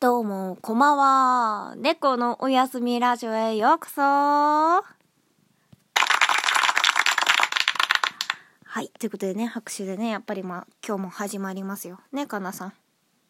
どうも、こんばんは。猫のおやすみラジオへようこそ。はい、ということでね、拍手でね、やっぱり今日も始まりますよ。ね、かなさ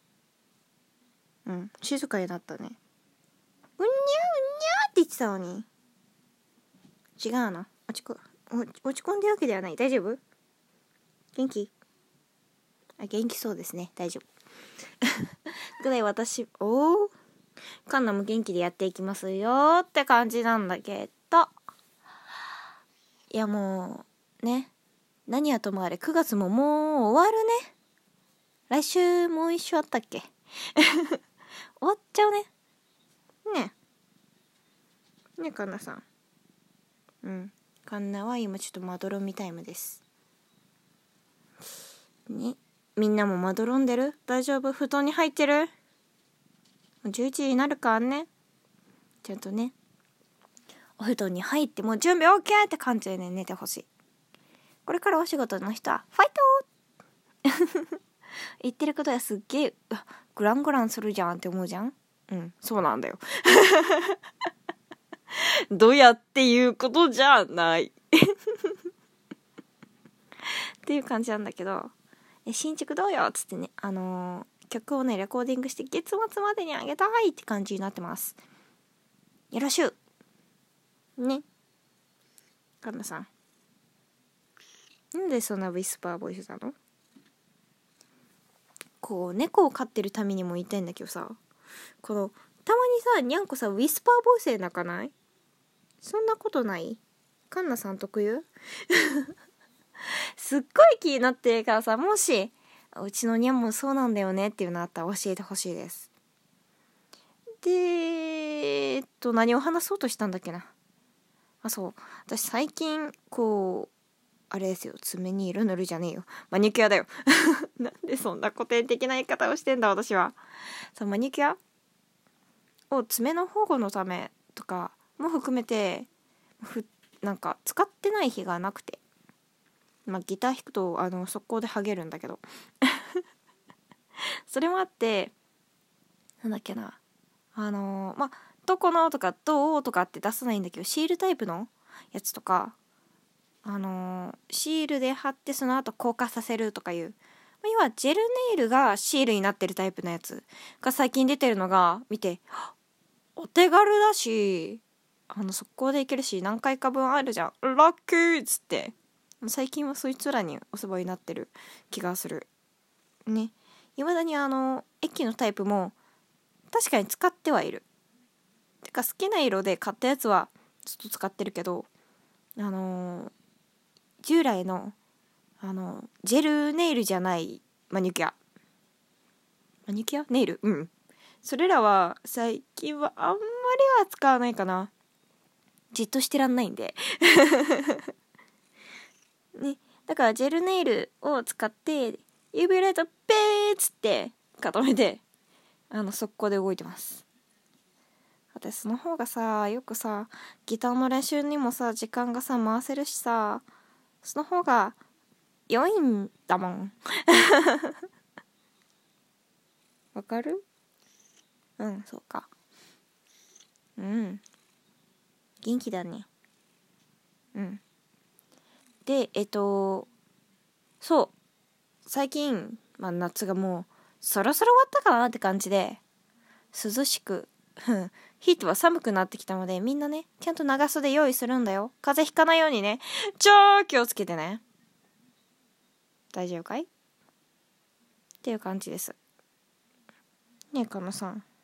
ん。静かになったね。うにゃうにゃって言ってたのに。違うな。落ち込んでるわけではない。大丈夫？元気？元気そうですね。大丈夫。ぐらいカンナも元気でやっていきますよって感じなんだけど、いやもうね、何はともあれ9月ももう終わるね。来週もう一週あったっけ終わっちゃうね。ねカンナさん。カンナは今ちょっとまどろみタイムですね。みんなもまどろんでる？大丈夫？布団に入ってる？11時になるからね、ちゃんとねお布団に入ってもう準備 OK って感じでね寝てほしい。これからお仕事の人はファイト言ってることがすっげえグラングランするじゃんって思うじゃん。そうなんだよどうやっていうことじゃないっていう感じなんだけど、新築どうよっつってね、曲をねレコーディングして月末までにあげたいって感じになってます。よろしゅうね。カンナさん、なんでそんなウィスパーボイスなの？こう猫を飼ってるためにも言いたいんだけどさ、このたまにさにゃんこさウィスパーボイスで泣かない？そんなことない？カンナさん特有すっごい気になってるからさ、もしうちのにゃんもそうなんだよねっていうのあったら教えてほしいです。で何を話そうとしたんだっけな。そう私最近こうあれですよ、爪に色塗るじゃねえよ、マニキュアだよなんでそんな古典的な言い方をしてんだ私は。マニキュアを爪の保護のためとかも含めてなんか使ってない日がなくて、ギター弾くと速攻で剥げるんだけどそれもあってなんだっけな、どこのとかどうとかって出さないんだけど、シールタイプのやつとかシールで貼ってその後硬化させるとかいう、要はジェルネイルがシールになってるタイプのやつが最近出てるのが見て、お手軽だし速攻でいけるし何回か分あるじゃん、ラッキーっつって最近はそいつらにお世話になってる気がするね。いまだに駅のタイプも確かに使ってはいる。てか好きな色で買ったやつはずっと使ってるけど、従来のジェルネイルじゃないマニキュアネイルそれらは最近はあんまりは使わないかな。じっとしてらんないんでね、だからジェルネイルを使って指ライトペーっつって固めて速攻で動いてます。私その方がさよくさギターの練習にもさ時間がさ回せるしさ、その方が良いんだもんわかる？そうか。元気だね。でそう最近、夏がもうそろそろ終わったかなって感じで涼しくヒートは寒くなってきたので、みんなねちゃんと長袖用意するんだよ。風邪ひかないようにね、超気をつけてね。大丈夫かいっていう感じです。ねえかなさん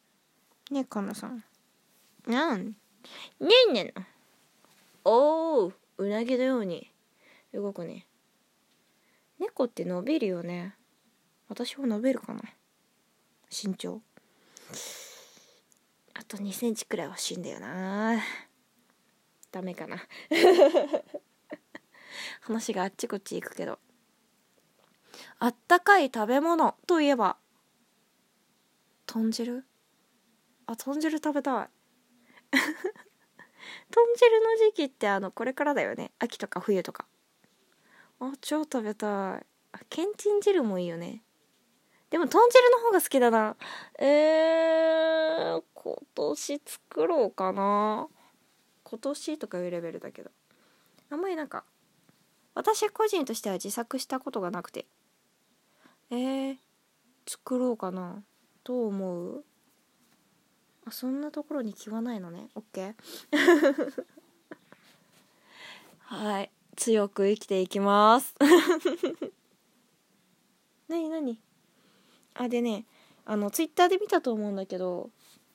なんねえねえのおーうなぎのように動くね。猫って伸びるよね。私も伸びるかな。身長あと2センチくらい欲しいんだよな。ダメかな話があっちこっち行くけど、あったかい食べ物といえば豚汁。豚汁食べたい豚汁の時期ってこれからだよね。秋とか冬とか。超食べたい。けんちん汁もいいよね。 でも豚汁の方が好きだな。今年作ろうかな。今年とかいうレベルだけど、あんまりなんか私個人としては自作したことがなくて、作ろうかな。どう思う？そんなところに気はないのね。 OK はい、強く生きていきますなにでね、ツイッターで見たと思うんだけど、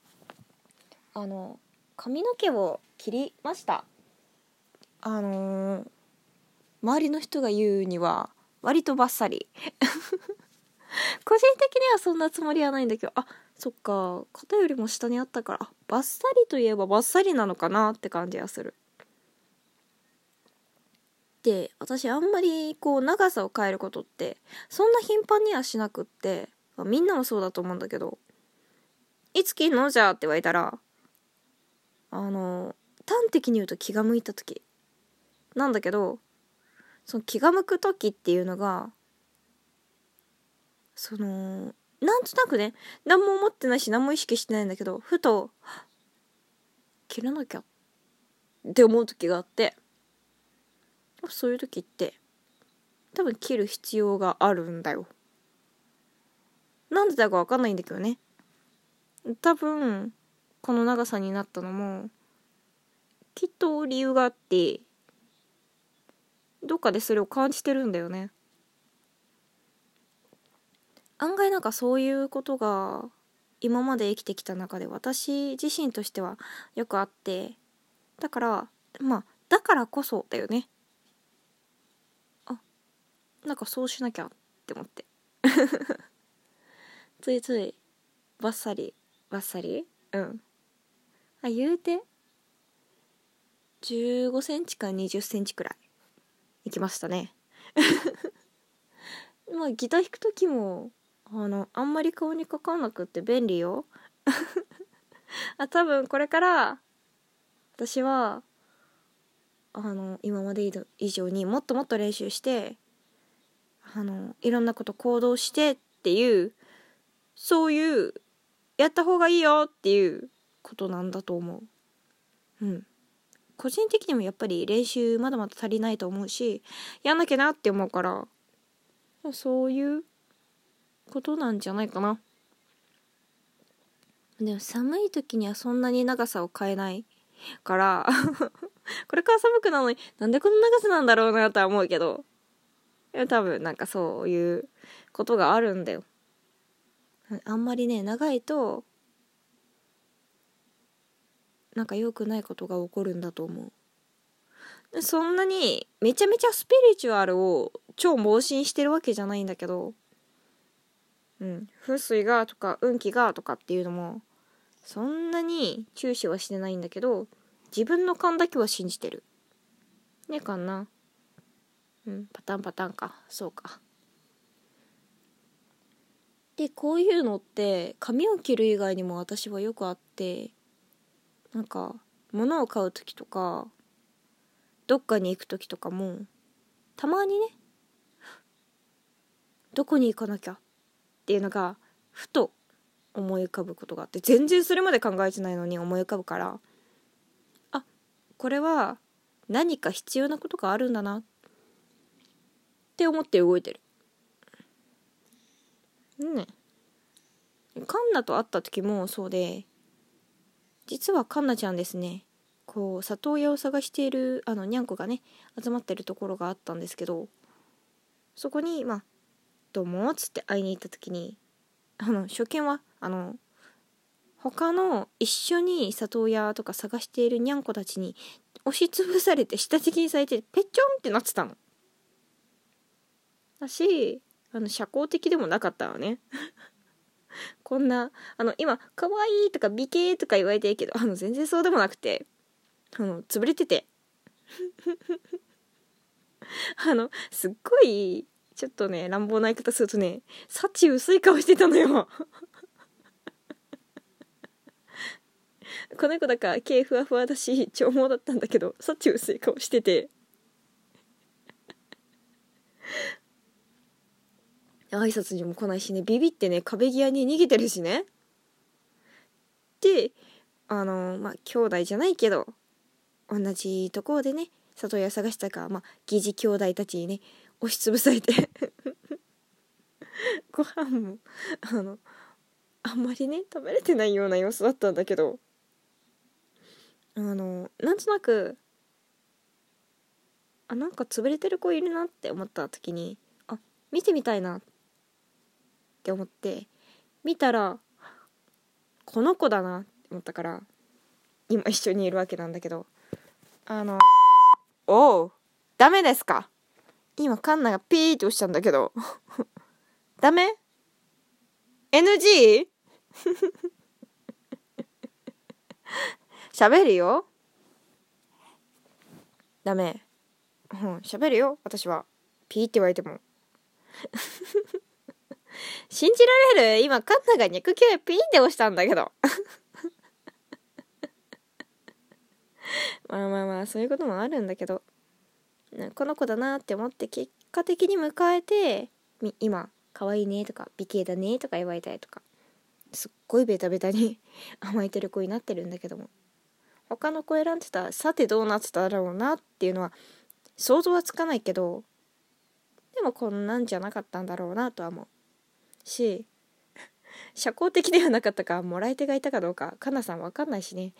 髪の毛を切りました。周りの人が言うには割とバッサリ個人的にはそんなつもりはないんだけど、そっか、肩よりも下にあったから、バッサリといえばバッサリなのかなって感じがする。で、私あんまり長さを変えることってそんな頻繁にはしなくって、みんなもそうだと思うんだけど、いつ切るのじゃあって言われたら、端的に言うと気が向いた時なんだけど、その気が向く時っていうのが、なんとなくね、何も思ってないし何も意識してないんだけど、ふと切らなきゃって思う時があって、そういう時って多分切る必要があるんだよ。なんでだか分かんないんだけどね。多分この長さになったのもきっと理由があって、どっかでそれを感じてるんだよね。案外なんかそういうことが今まで生きてきた中で私自身としてはよくあって、だからだからこそだよね。なんかそうしなきゃって思ってついついバッサリ言うて15センチか20センチくらいいきましたねギター弾く時もあんまり顔にかかんなくって便利よ多分これから私は今まで以上にもっともっと練習して、いろんなこと行動してっていう、そういうやった方がいいよっていうことなんだと思う。個人的にもやっぱり練習まだまだ足りないと思うし、やんなきゃなって思うから、そういうことなんじゃないかな。でも寒い時にはそんなに長さを変えないからこれから寒くなるのになんでこの長さなんだろうなとは思うけど、多分なんかそういうことがあるんだよ。あんまりね長いとなんか良くないことが起こるんだと思う。そんなにめちゃめちゃスピリチュアルを超盲信してるわけじゃないんだけど、風水がとか運気がとかっていうのもそんなに注視はしてないんだけど、自分の勘だけは信じてるねかな。パターンか、そうか。でこういうのって髪を切る以外にも私はよくあって、なんか物を買う時とかどっかに行く時とかもたまにね、どこに行かなきゃっていうのがふと思い浮かぶことがあって、全然それまで考えてないのに思い浮かぶから、これは何か必要なことがあるんだなって思って動いてる。カンナと会った時もそうで、実はカンナちゃんですね、里親を探しているにゃんこがね集まってるところがあったんですけど、そこにどうもっつって会いに行った時に、初見は他の一緒に里親とか探しているにゃんこたちに押しつぶされて下敷きにされてペッチョンってなってたのだし、社交的でもなかったわねこんな今可愛いとか美形とか言われてるけど、全然そうでもなくて、潰れててすっごいちょっとね乱暴な言い方するとね、幸薄い顔してたのよ子猫だから毛ふわふわだし長毛だったんだけど、幸薄い顔してて挨拶にも来ないしね、ビビってね壁際に逃げてるしね。で兄弟じゃないけど同じところでね里親探したか疑似兄弟たちにね押しつぶされてご飯もあんまりね食べれてないような様子だったんだけど、なんとなくなんか潰れてる子いるなって思った時に見てみたいなって思って見たらこの子だなって思ったから今一緒にいるわけなんだけど、おうダメですか。今カンナがピーって押したんだけどダメ NG 喋るよ。ダメ。喋るよ私は。ピーって言われても信じられる？今カンナが肉球ピーって押したんだけどまあそういうこともあるんだけど、この子だなって思って結果的に迎えて今可愛いねとか美形だねとか言われたりとかすっごいベタベタに甘えてる子になってるんだけども、他の子選んでたらさてどうなってただろうなっていうのは想像はつかないけど、でもこんなんじゃなかったんだろうなとは思うし、社交的ではなかったかもらい手がいたかどうかかなさんわかんないしね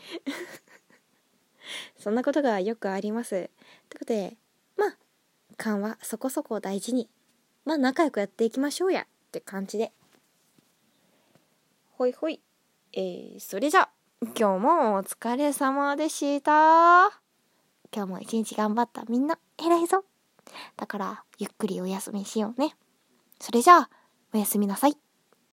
そんなことがよくあります。ということで勘はそこそこ大事に仲良くやっていきましょうやって感じで、ほいほい。それじゃ今日もお疲れ様でした。今日も一日頑張ったみんな偉いぞ。だからゆっくりお休みしようね。それじゃあおやすみなさい。